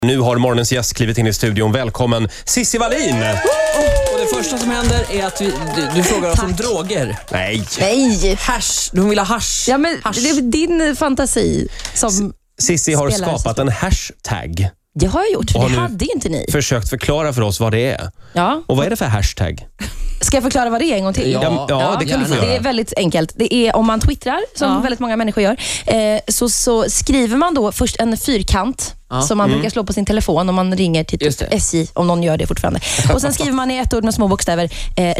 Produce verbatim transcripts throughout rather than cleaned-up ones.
Nu har morgonens gäst klivit in i studion. Välkommen Cissi Wallin! Och det första som händer är att vi, du, du frågar oss Tack. om droger. Nej. Nej. Hash. Du vill ha hash. Ja, men hash. det är din fantasi som Cissi har skapat en hashtag. Det har jag gjort, för och det har hade inte ni. Försökt förklara för oss vad det är. Ja. Och vad är det för hashtag? Ska jag förklara vad det är en gång till? Ja, ja, ja det kan du få göra. Det är väldigt enkelt. Det är om man twittrar, som ja. väldigt många människor gör, eh, så, så skriver man då först en fyrkant ja. som man mm. brukar slå på sin telefon om man ringer till typ S J, om någon gör det fortfarande. Och sen skriver man i ett ord med små bokstäver eh,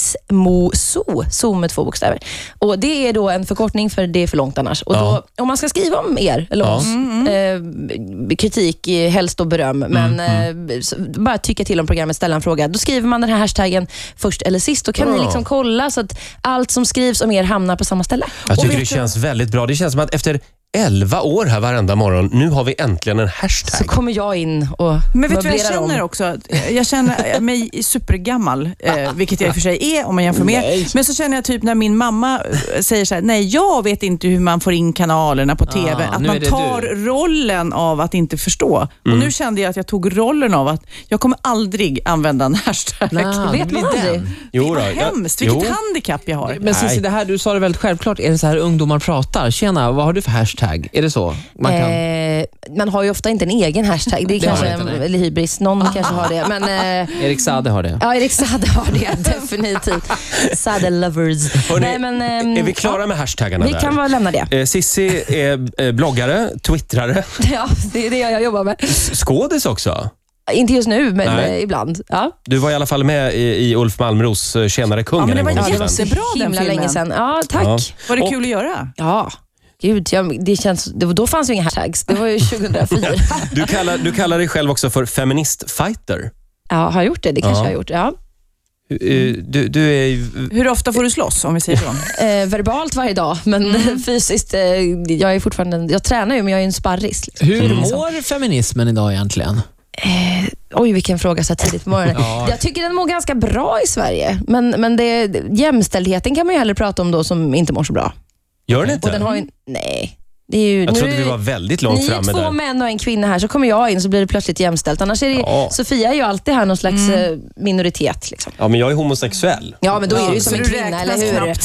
Riksmoso, so med två bokstäver. Och det är då en förkortning för det är för långt annars. Och då, ja. om man ska skriva om er, eller ja. oss, mm. eh, kritik, helst och beröm, men mm. eh, så, bara tycka till om programmet, ställa en fråga. Då skriver man den här hashtaggen först eller sist. Då kan ja. ni liksom kolla så att allt som skrivs om er hamnar på samma ställe. Jag tycker och det känns väldigt bra. Det känns som att efter elva år här varenda morgon, nu har vi äntligen en hashtag. Så kommer jag in och Men vet du vad jag känner om. också? Jag känner mig supergammal, eh, vilket jag i och för sig är om man jämför med. Men så känner jag typ när min mamma säger så här: nej, jag vet inte hur man får in kanalerna på tv. Ah, att man tar du. rollen av att inte förstå. Mm. Och nu kände jag att jag tog rollen av att jag kommer aldrig använda en hashtag. Nah, vet man aldrig? Jo då, det är hemskt, vilket jo. handikapp jag har. Men Cissi, det här du sa det väldigt självklart. Är det så här ungdomar pratar? Tjena, vad har du för hashtag? Är det så? Man, kan... eh, man har ju ofta inte en egen hashtag. Det är det kanske en, eller hybris. Någon ah. kanske har det. Men, eh, Erik Saade har det. Ja, Erik Saade har det. Definitivt. Saade lovers. Hörrni, Nej, men, eh, är vi klara ja, med hashtaggarna vi där? Vi kan bara lämna det. Eh, Cissi är eh, bloggare, twittrare. Ja, det är det jag jobbar med. Skådis också? Inte just nu, men eh, ibland. Ja. Du var i alla fall med i, i Ulf Malmros Tjänare kungen. Ja, men det var en gång jättebra den himla länge sedan. Ja, tack. Ja. Var det och, kul att göra? Ja. Gud, jag, det känns, det, då fanns ju inga hashtags. Det var ju tjugohundrafyra. du, kallar, du kallar dig själv också för feministfighter. Ja, har jag gjort det? Det kanske ja. jag har gjort, ja. Du, du är ju... Hur ofta får du slåss, om vi säger så? eh, verbalt varje dag, men mm. fysiskt, eh, jag är fortfarande, jag tränar ju, men jag är en sparris. Liksom. Hur mår feminismen idag egentligen? Eh, oj, vilken fråga så tidigt på morgonen. ja. Jag tycker den mår ganska bra i Sverige, men, men det, jämställdheten kan man ju hellre prata om då som inte mår så bra. Gör den inte? Och den har ju, nej. Det är ju, jag trodde vi var väldigt långt framme där. Ni är två män och en kvinna här, så kommer jag in så blir det plötsligt jämställt. Annars är det, ja. Sofia är ju alltid här någon slags mm. minoritet. Liksom. Ja, men jag är homosexuell. Ja, men då ja, är du ju som en kvinna, eller hur?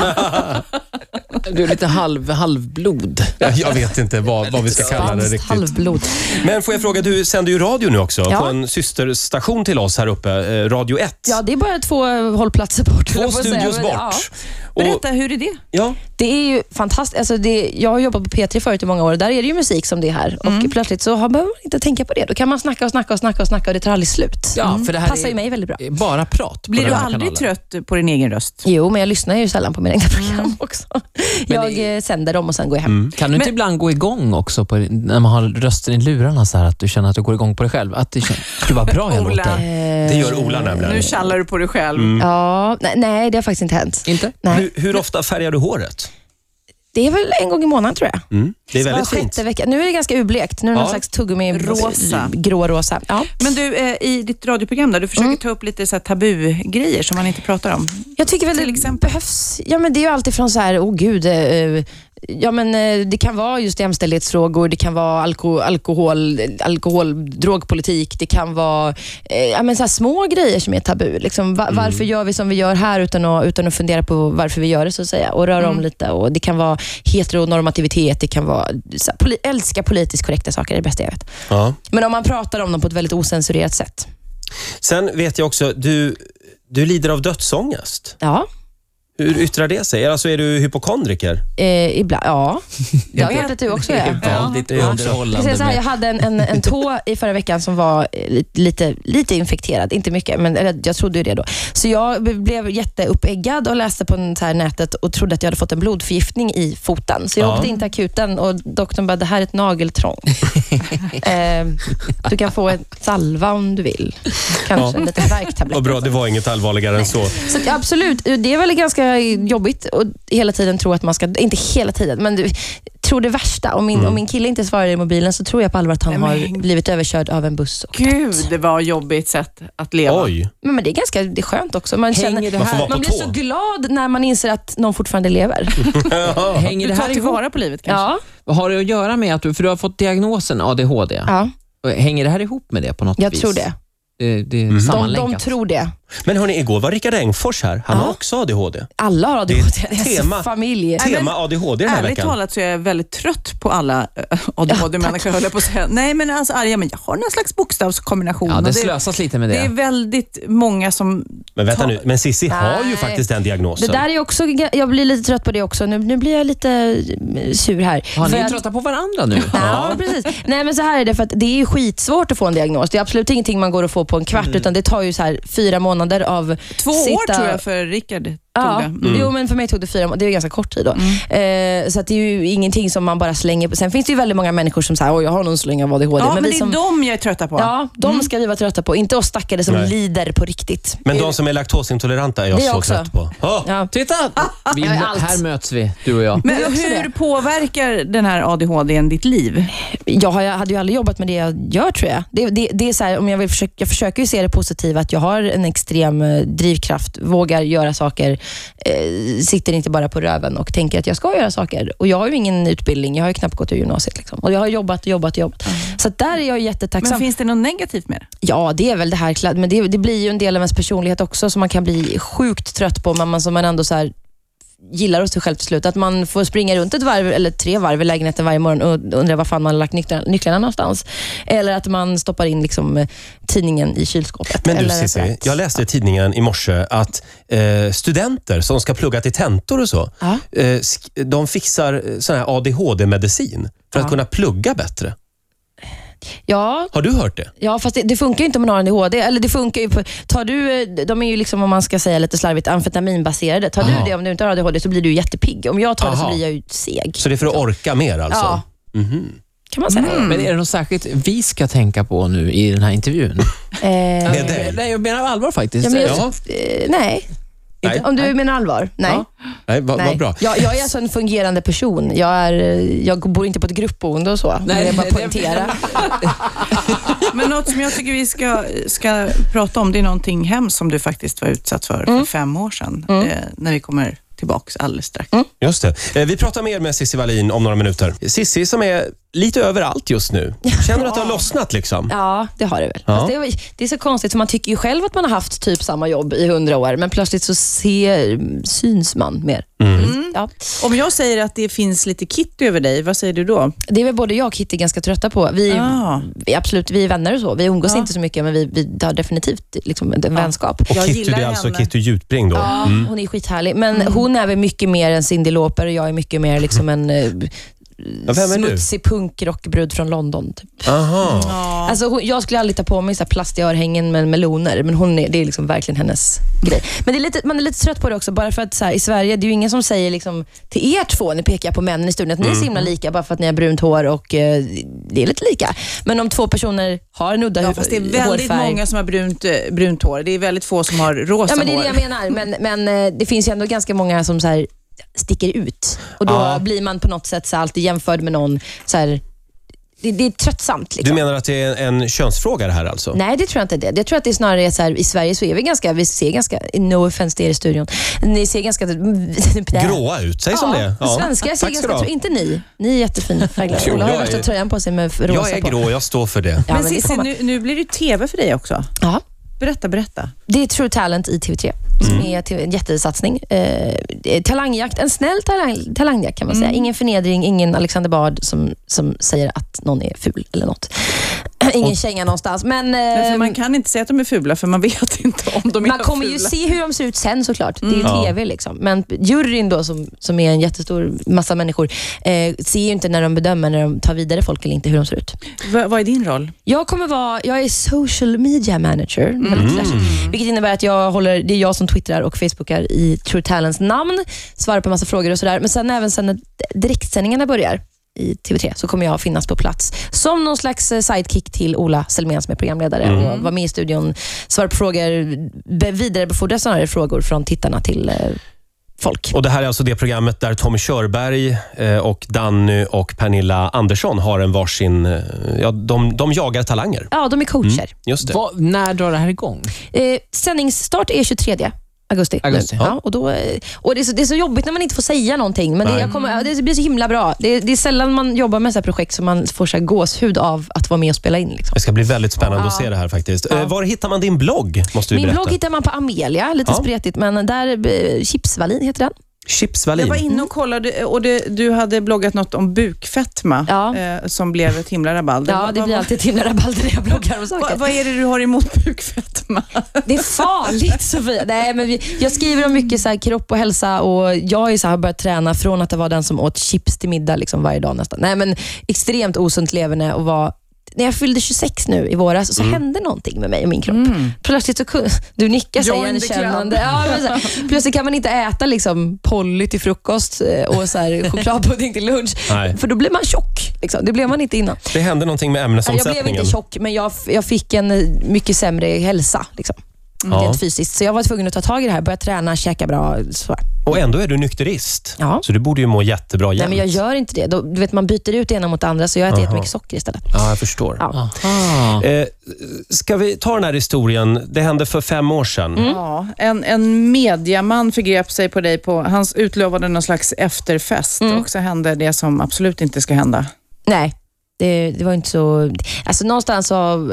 Du är lite halv, halvblod. Ja, jag vet inte vad, vad vi ska kalla det riktigt. Halvblod. Men får jag fråga, du sänder ju radio nu också. Ja. På en systerstation till oss här uppe, eh, Radio ett. Ja, det är bara två hållplatser bort. Två studios bort. Ja. Och, berätta, hur är det? Ja. Det är ju fantastiskt. Alltså det, jag har jobbat på P tre förut i många år. Där är det ju musik som det är här. Mm. Och plötsligt så har, behöver man inte tänka på det. Då kan man snacka och snacka och snacka och snacka och det tar aldrig slut. Ja, för det här passar är ju mig väldigt bra. Bara prat. Blir du aldrig kanalen. trött på din egen röst? Jo, men jag lyssnar ju sällan på mina egna program mm. också. Jag det... sänder dem och sen går jag hem. Mm. Kan du inte men... ibland gå igång också på, när man har rösten i lurarna så här, att du känner att du går igång på dig själv? Att det känns, det var bra jag låter. Det gör Ola nämligen. Nu kallar du på dig själv. Mm. Ja, nej, nej, det har faktiskt inte hänt. Inte? Nej. Hur, hur ofta färgar du håret? Det är väl en gång i månaden, tror jag. Mm. Det är väldigt fint. Vecka. Nu är det ganska urblekt. Nu är det ja. någon slags tuggummi rosa. Grå-rosa. Ja. Men du, eh, i ditt radioprogram där, du försöker mm. ta upp lite så här tabugrejer som man inte pratar om. Jag tycker väl till det exempel behövs. Ja, men det är ju alltid från så här, åh oh, gud, eh, ja, men eh, det kan vara just jämställdhetsfrågor, det kan vara alko- alkohol, alkohol, drogpolitik, det kan vara eh, ja, men så här små grejer som är tabu. Liksom, va- mm. Varför gör vi som vi gör här utan att, utan att fundera på varför vi gör det, så att säga, och röra mm. om lite. Och det kan vara heteronormativitet, det kan vara så här, poli- älska politiskt korrekta saker, det är det bästa jag vet. Ja. Men om man pratar om dem på ett väldigt osensurerat sätt. Sen vet jag också, du, du lider av dödsångest. Ja. Hur yttrar det sig? Alltså, är du hypokondriker? Eh, ibland, ja. Jag vet att du också är. Det är väldigt ja. underhållande. Jag, så här, jag hade en, en, en tå i förra veckan som var lite, lite infekterad. Inte mycket, men eller, jag trodde ju det då. Så jag blev jätteupeggad och läste på en, så här, nätet och trodde att jag hade fått en blodförgiftning i foten. Så jag ja. åkte in till akuten och doktorn bara, det här är ett nageltrång. eh, du kan få ett salva om du vill. Kanske ja. lite värktablett. Vad bra, det var inget allvarligare än så. Så absolut, det är väl ganska jobbigt och hela tiden tro att man ska, inte hela tiden, men du tror det värsta. Om min, mm. om min kille inte svarar i mobilen så tror jag på allvar att han men, har blivit överkörd av en buss. Och Gud, det var jobbigt sätt att leva. Oj. Men, men det är ganska det är skönt också. Man, känner, det här, man, man blir så glad när man inser att någon fortfarande lever. Hänger det här tillvara på livet kanske? Ja. Vad har det att göra med att du, för du har fått diagnosen A D H D? Ja. Hänger det här ihop med det på något Jag vis? Jag tror det. Det, det är mm. sammanlänkat. De, de tror det. Men hörni, igår var Rickard Engfors här. Han ja. har också A D H D. Alla har A D H D. Det är tema, familj. tema A D H D den här ärligt veckan. talat så är jag väldigt trött på alla äh, A D H D-människor, höll jag på att säga. Nej, men alltså Arja, men jag har någon slags bokstavskombination. Ja, det, det slösas lite med det. Det är väldigt många som... Men vänta tar... nu, men Sissi Nej. har ju faktiskt den diagnosen. Det där är också, jag blir lite trött på det också. Nu, nu blir jag lite sur här. Har ni att... trötta på varandra nu? Ja, precis. Nej, men så här är det, för att det är ju skitsvårt att få en diagnos. Det är absolut ingenting man går att få på en kvart, mm. utan det tar ju så här fyra månader av Två sitta... år tror jag för Rickard tog ja, det. Mm. Jo, men för mig tog det fyra månader. Det är ju ganska kort tid då. Mm. Eh, så att det är ju ingenting som man bara slänger på. Sen finns det ju väldigt många människor som säger, jag har någon släng av A D H D. Ja, men, men det är som... de jag är trötta på. Ja, de mm. ska vi vara trötta på. Inte oss stackare som Nej. lider på riktigt. Men de som är laktosintoleranta är jag det är så också. trött på. Oh. Ja. Titta! Vi, här möts vi, du och jag. Men hur det. påverkar den här A D H D ditt liv? Jag, har, jag hade ju aldrig jobbat med det jag gör, tror jag. Det, det, det är så här, om jag, vill försöka, jag försöker ju se det positiva, att jag har en extrem eh, drivkraft, vågar göra saker, eh, sitter inte bara på röven och tänker att jag ska göra saker. Och jag har ju ingen utbildning, jag har ju knappt gått ur gymnasiet. Liksom. Och jag har jobbat och jobbat och jobbat. Mm. Så där är jag jättetacksam. Men finns det något negativt med det? Ja, det är väl det här, men det, det blir ju en del av ens personlighet också som man kan bli sjukt trött på, men man, som man ändå så här gillar hos sig själv till slut. Att man får springa runt ett varv eller tre varv i lägenheten varje morgon och undra vad fan man har lagt nycklarna, nycklarna någonstans. Eller att man stoppar in liksom tidningen i kylskåpet. Men du eller Cissi, jag läste i tidningen i morse att eh, studenter som ska plugga till tentor och så, ja. eh, de fixar sån här A D H D-medicin för ja. att kunna plugga bättre. Ja. Har du hört det? Ja, fast det, det funkar ju inte om man har A D H D. Eller det funkar ju på, tar du, de är ju liksom, om man ska säga lite slarvigt, amfetaminbaserade. Tar Aha. du det om du inte har A D H D så blir du jättepigg. Om jag tar Aha. det så blir jag ju seg. Så det är för att orka mer alltså? Ja. Mm-hmm. Kan man säga. Mm. Men är det något särskilt vi ska tänka på nu i den här intervjun? eh, Med dig? Nej, jag menar allvar faktiskt. Ja, men, ja. eh, nej. Nej. Om du menar allvar? Nej. Ja. Nej, vad va bra. Jag, jag är alltså en fungerande person. Jag, är, jag bor inte på ett gruppboende och så. Nej, jag bara poängtera. Men något som jag tycker vi ska, ska prata om, det är någonting hemskt som du faktiskt var utsatt för mm. för fem år sedan. Mm. Eh, när vi kommer tillbaks alldeles strax. Mm. Just det. Eh, vi pratar mer med Sissi Wallin om några minuter. Sissi som är lite överallt just nu. Känner du att det har lossnat liksom? Ja, det har det väl. Ja. Alltså, det, är, det är så konstigt, för man tycker ju själv att man har haft typ samma jobb i hundra år, men plötsligt så ser, syns man mer. Mm. Mm. Ja. Om jag säger att det finns lite Kitty över dig, vad säger du då? Det är väl både jag och Kitty ganska trötta på. Vi, ah. vi, absolut, vi är vänner och så. Vi umgås ja. inte så mycket, men vi, vi har definitivt liksom en ja. vänskap. Och jag Kitty, det är alltså Kitty Jutbring då? Ja, mm. hon är skithärlig. Men mm. hon är väl mycket mer än Cyndi Lauper och jag är mycket mer liksom en... Ja, vem är smutsig punkrockbrud från London typ. Aha. Ja. Alltså, hon, jag skulle aldrig ta på mig så här plastiga örhängen med meloner, men hon är, det är liksom verkligen hennes grej. Men det är lite, man är lite trött på det också, bara för att så här, i Sverige, det är ju ingen som säger liksom, till er två, ni pekar på männen i studion, att ni är så himla lika bara för att ni har brunt hår och eh, det är lite lika. Men om två personer har en udda ja, hår, fast det är väldigt hårfärg. många som har brunt, brunt hår. Det är väldigt få som har rosa hår. Ja, men det är det jag menar. Men, men eh, det finns ju ändå ganska många som så här sticker ut. Och då ja. blir man på något sätt så alltid jämförd med någon så här, det, det är tröttsamt. Liksom. Du menar att det är en, en könsfråga det här alltså? Nej, det tror jag inte det. Jag tror att det är snarare så här, i Sverige så är vi ganska, vi ser ganska, no offense till er i studion, ni ser ganska gråa ut, säg som ja, det. Ja, svenskar ser ganska, tro, inte ni. Ni är jättefina färglade. Ola har värsta tröjan på sig med rosa Jag är på. grå, jag står för det. Ja, men men Cissi, nu, nu blir det tv för dig också. Ja. Berätta, berätta. Det är True Talent i T V tre. Som mm. är en jättesatsning. Eh, talangjakt, en snäll talang, talangjakt kan man säga. Mm. Ingen förnedring, ingen Alexander Bard som, som säger att någon är ful eller något. Ingen och, känga någonstans. Men, men för man kan inte säga att de är fula, för man vet inte om de är man kommer fula. ju se hur de ser ut sen såklart. Mm. Det är ju ja. tv liksom. Men juryn då, som, som är en jättestor massa människor, eh, ser ju inte när de bedömer, när de tar vidare folk eller inte, hur de ser ut. V- vad är din roll? Jag kommer vara, jag är social media manager. Mm. Vilket innebär att jag håller, det är jag som twittrar och facebookar i True Talents namn, svarar på en massa frågor och sådär. Men sen även sen när direktsändningarna börjar i T V tre så kommer jag finnas på plats som någon slags sidekick till Ola Selmén som är programledare mm. och vara med i studion, svara på frågor, vidarebefordra sådana frågor från tittarna till eh, folk. Och det här är alltså det programmet där Tommy Körberg eh, och Danny och Pernilla Andersson har en varsin, eh, ja, de, de jagar talanger. Ja, de är coacher. Mm, just det. Va, när drar det här igång? Eh, sändningsstart är tjugotredje. Augusti. Augusti. Ja, och då, och det, är så, det är så jobbigt när man inte får säga någonting. Men det, jag kommer, det blir så himla bra. Det, det är sällan man jobbar med så här projekt som man får så här gåshud av att vara med och spela in. Liksom. Det ska bli väldigt spännande ja. att se det här faktiskt. Ja. Var hittar man din blogg? Måste du Min berätta. blogg hittar man på Amelia, lite ja. spretigt. Men där, Chipsvalin heter den. Chipsvalin. Jag var inne och kollade och det, du hade bloggat något om bukfetma ja. eh, som blev ett himla rabalder. Ja, det blir alltid ett himla rabalder när jag bloggar om saker. Vad, vad är det du har emot bukfetma? Det är farligt, Sofia. Nej, men vi, jag skriver om mycket så här, kropp och hälsa och jag har ju så här börjat träna från att det var den som åt chips till middag liksom varje dag nästan. Nej, men extremt osunt leverne och var när jag fyllde tjugosex nu i våras så mm. hände någonting med mig och min kropp. Mm. Plötsligt så kunde du nicka sig igenkännande. Ja, men så här, plötsligt kan man inte äta liksom Polly till frukost och så här chokladpudding till lunch. Nej. För då blir man tjock. Liksom. Det blev man inte innan. Det hände någonting med ämnesomsättningen. Jag blev inte tjock, men jag, jag fick en mycket sämre hälsa liksom. Mm. Ja. Rent fysiskt. Så jag var tvungen att ta tag i det här, börja träna, käka bra. Så. Och ändå är du nykterist. Ja. Så du borde ju må jättebra jämt. Nej, men jag gör inte det. Då, du vet, man byter ut det ena mot andra, så jag äter jättemycket socker istället. Ja, jag förstår. Ja. Eh, ska vi ta den här historien? Det hände för fem år sedan. Mm. Ja, en, en mediaman förgrep sig på dig på, hans utlovade någon slags efterfest. Mm. Och så hände det som absolut inte ska hända. Nej, det, det var inte så... Alltså någonstans så...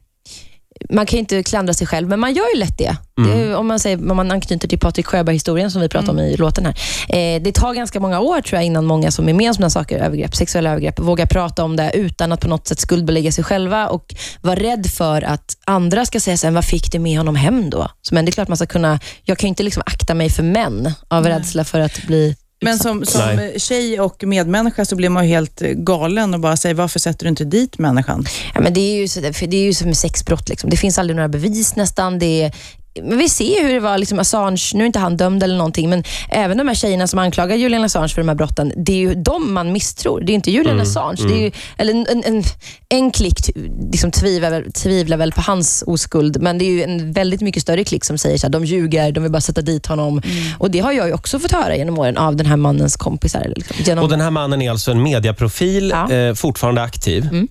Man kan ju inte klandra sig själv, men man gör ju lätt det. Mm. det är, om, man säger, om man anknyter till Patrik Sjöberg-historien som vi pratar mm. om i låten här. Eh, det tar ganska många år tror jag innan många som är med om sådana saker, övergrepp, sexuella övergrepp, vågar prata om det utan att på något sätt skuldbelägga sig själva och vara rädd för att andra ska säga sen, vad fick det med honom hem då? Så, men det är klart man ska kunna, jag kan ju inte liksom akta mig för män av Nej. rädsla för att bli... Men som, som tjej och medmänniska så blir man ju helt galen och bara säger, varför sätter du inte dit människan? Ja, men det är ju, så, det är ju som med sexbrott. Liksom. Det finns aldrig några bevis nästan. Det är, men vi ser hur det var liksom Assange, nu är inte han dömd eller någonting, men även de här tjejerna som anklagar Julian Assange för de här brotten, det är ju de man misstror. Det är inte Julian mm. Assange. Mm. Det är ju, eller en, en, en klick liksom tvivlar, tvivlar väl på hans oskuld, men det är ju en väldigt mycket större klick som säger så här, de ljuger, de vill bara sätta dit honom. Mm. Och det har jag ju också fått höra genom åren av den här mannens kompisar. Liksom, genom... Och den här mannen är alltså en mediaprofil, ja. eh, fortfarande aktiv. Mm.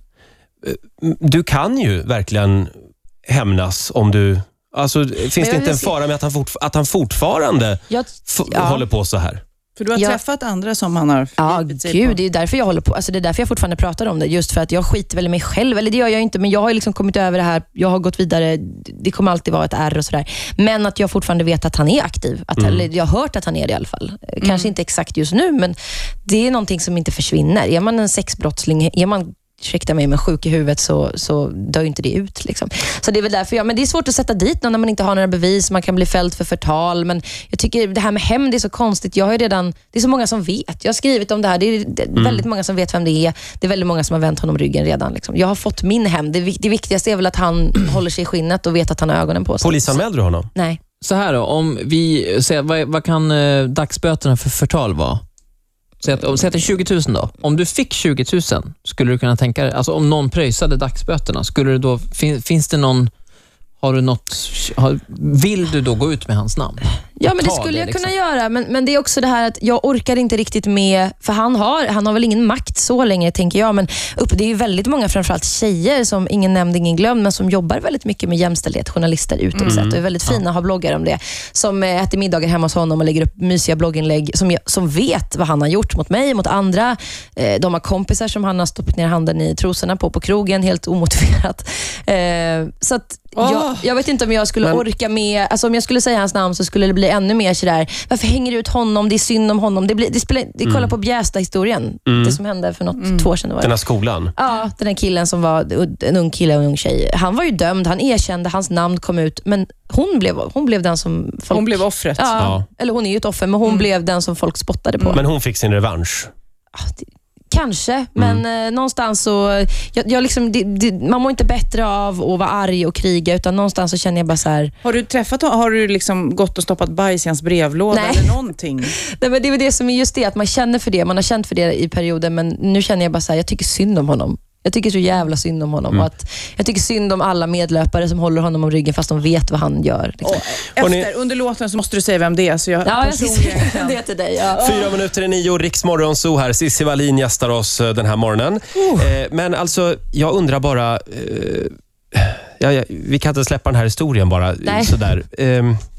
Du kan ju verkligen hämnas om du... Alltså, finns det inte en fara med att han, fortf- att han fortfarande jag, f- ja. håller på så här? För du har jag, träffat andra som han har Ja, gud, på. det är därför jag håller på. Alltså det är därför jag fortfarande pratar om det. Just för att jag skiter väl i mig själv. Eller det gör jag inte, men jag har liksom kommit över det här. Jag har gått vidare. Det kommer alltid vara ett ärr och sådär. Men att jag fortfarande vet att han är aktiv. Att, mm. eller jag har hört att han är det i alla fall. Mm. Kanske inte exakt just nu, men det är någonting som inte försvinner. Är man en sexbrottsling, är man ursäkta mig, men sjuk i huvudet så, så dör ju inte det ut. Liksom. Så det är väl därför jag, men det är svårt att sätta dit någon när man inte har några bevis. Man kan bli fälld för förtal, men jag tycker det här med hem, det är så konstigt. Jag har ju redan, det är så många som vet. Jag har skrivit om det här. Det är, det är mm. väldigt många som vet vem det är. Det är väldigt många som har vänt honom ryggen redan. Liksom. Jag har fått min hem. Det, det viktigaste är väl att han håller sig i skinnet och vet att han har ögonen på sig. Polisanmälde du honom? Nej. Så här då, om vi ser, vad, vad kan eh, dagsböterna för förtal vara? Säg att, om, säg att det är tjugo tusen då. Om du fick tjugo tusen, skulle du kunna tänka dig, alltså om någon pröjsade dagsböterna, skulle du då, fin, finns det någon, har du något, har, vill du då gå ut med hans namn? Ja, men det skulle det, jag liksom. kunna göra, men, men det är också det här att jag orkar inte riktigt med, för han har, han har väl ingen makt så länge, tänker jag, men upp, det är ju väldigt många, framförallt tjejer som ingen nämnd, ingen glömd, men som jobbar väldigt mycket med jämställdhet, journalister utåt mm. sett, och är väldigt fina, ja. har bloggar om det, som äter middagar hemma hos honom och lägger upp mysiga blogginlägg, som, jag, som vet vad han har gjort mot mig, mot andra. Eh, de har kompisar som han har stoppat ner handen i trosorna på, på krogen, helt omotiverat. Eh, så att Oh. Jag, jag vet inte om jag skulle men... orka med, alltså om jag skulle säga hans namn så skulle det bli ännu mer sådär, varför hänger du ut honom, det är synd om honom, det blir, det spelar, det mm. kolla på Bjästa-historien, mm. det som hände för något mm. två år sedan. Var den här skolan? Ja, den här killen som var en ung kille och en ung tjej, han var ju dömd, han erkände, hans namn kom ut, men hon blev, hon blev den som folk, hon blev offret. Ja, ja. Eller hon är ju ett offer, men hon mm. blev den som folk spottade på. Men hon fick sin revansch? Ja, det, kanske, men mm. eh, någonstans så jag, jag liksom, det, det, man mår inte bättre av att vara arg och kriga, utan någonstans så känner jag bara så här. Har du träffat, har du liksom gått och stoppat bajs i hans brevlåda Nej. eller någonting? Nej, men det är väl det som är just det, att man känner för det, man har känt för det i perioden, men nu känner jag bara så här, jag tycker synd om honom. Jag tycker så jävla synd om honom. Mm. Och att jag tycker synd om alla medlöpare som håller honom om ryggen fast de vet vad han gör. Liksom. Efter, ni... under låten så måste du säga vem det är. Så jag ja, jag säger det till dig. Ja. Fyra minuter i nio, Riks Morgonzoo här. Cissi Wallin gästar oss den här morgonen. Uh. Eh, men alltså, jag undrar bara... Eh, ja, ja, vi kan inte släppa den här historien bara. Nej. Sådär. Eh,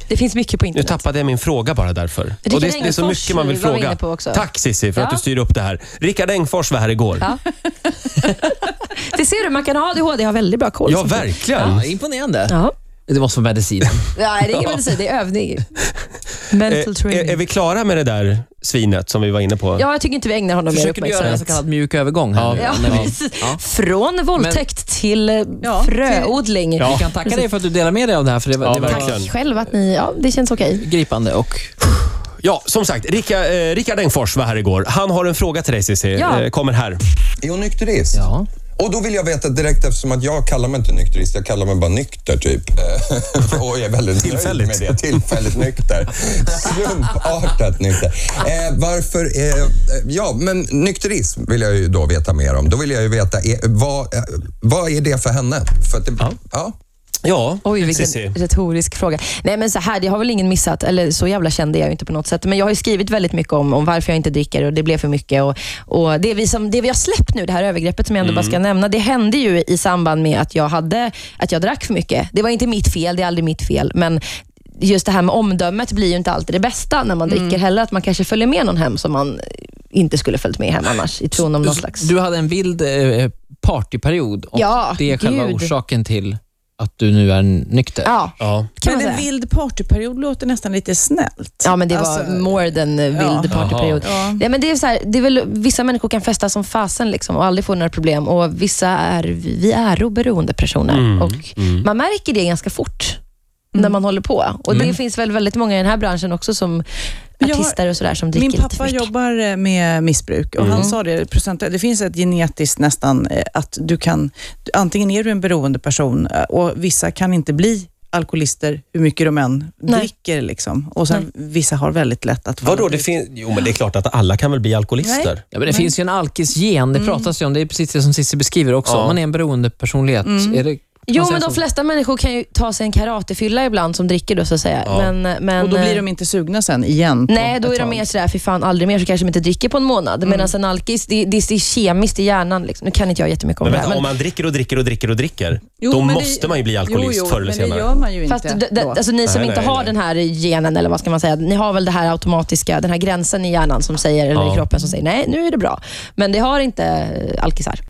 Det finns mycket på internet. Nu tappade jag min fråga bara därför. Och det, det är så mycket man vill fråga. Tack Cissi för ja. att du styr upp det här. Rickard Engfors var här igår. Ja. Det ser du, man kan ha A D H D, har väldigt bra koll. Ja, verkligen. Ja, imponerande. Ja. Det måste vara medicinen. Nej, det är ingen medicin, det är övning. Mental training. Är, är vi klara med det där svinet som vi var inne på? Ja, jag tycker inte vi ägnar honom mer uppmärksamhet. Försöker du göra en så kallad mjuk övergång här? Ja, ja, vi, ja. Från våldtäkt Men, till ja, fröodling. Ja. Vi kan tacka dig för att du delar med dig av det här. För det, ja, det var verkligen. Själv att ni, ja, det känns okej. Okay. Gripande och... Ja, som sagt, Rickard, eh, Rickard Engfors var här igår. Han har en fråga till dig, Cissi. Ja. Eh, kommer här. Är hon nykterist? Ja. Och då vill jag veta direkt, eftersom att jag kallar mig inte nykterist, jag kallar mig bara nykter typ. Och jag är väldigt nöjd med det. Tillfälligt nykter. Slumpartat nykter. Eh, varför, eh, ja men nykterism vill jag ju då veta mer om. Då vill jag ju veta, eh, vad, eh, vad är det för henne? För att det, ja. ja. Ja, Oj, vilken Cissi. retorisk fråga. Nej, men så här, det har väl ingen missat, eller så jävla kände jag inte på något sätt. Men jag har ju skrivit väldigt mycket om, om varför jag inte dricker och det blev för mycket. Och, och det, vi som, det vi har släppt nu, det här övergreppet som jag ändå mm. bara ska nämna, det hände ju i samband med att jag, hade, att jag drack för mycket. Det var inte mitt fel, det är aldrig mitt fel. Men just det här med omdömet blir ju inte alltid det bästa när man mm. dricker heller. Att man kanske följer med någon hem som man inte skulle följt med hem annars i tron om någon slags... Du hade en vild eh, partyperiod och ja, det är själva gud. orsaken till... att du nu är nykter. Ja. ja. Men en vild partyperiod låter nästan lite snällt. Ja, men det var alltså, more than vild ja. partyperiod. Ja. Ja, men det är så här, det är väl, vissa människor kan festa som fasen liksom, och aldrig få några problem. Och vissa är, vi är beroende personer. Mm. Och mm. man märker det ganska fort mm. när man håller på. Och mm. det finns väl väldigt många i den här branschen också som artister och sådär som dricker lite lite Min pappa jobbar med missbruk och mm. han sa det, procent, det finns ett genetiskt nästan att du kan, antingen är du en beroende person och vissa kan inte bli alkoholister hur mycket de än Nej. dricker liksom. Och sen Nej. vissa har väldigt lätt att... Vadå, det finns... Jo, men det är klart att alla kan väl bli alkoholister. Nej. Ja, men det Nej. finns ju en alkisgen, det mm. pratas ju om, det är precis det som Cissi beskriver också. Ja. Man är en beroende personlighet. Mm. Är det... Jo, men de flesta människor kan ju ta sig en karatefylla ibland som dricker då så att säga. Ja. Men, men, och då blir de inte sugna sen igen? Nej, då är de mer sådär, för fan aldrig mer så kanske de inte dricker på en månad. Mm. Medan en alkis, det, det är kemiskt i hjärnan. Liksom. Nu kan inte jag jättemycket om men det här. Men om man dricker och dricker och dricker och dricker, jo, då måste det, man ju bli alkoholist jo, jo, förr eller senare. Men det gör man ju inte. Fast d- d- alltså, ni som nej, inte nej, har nej. den här genen, eller vad ska man säga, ni har väl det här automatiska, den här gränsen i hjärnan som säger, eller ja. i kroppen som säger, nej, nu är det bra. Men det har inte alkisar.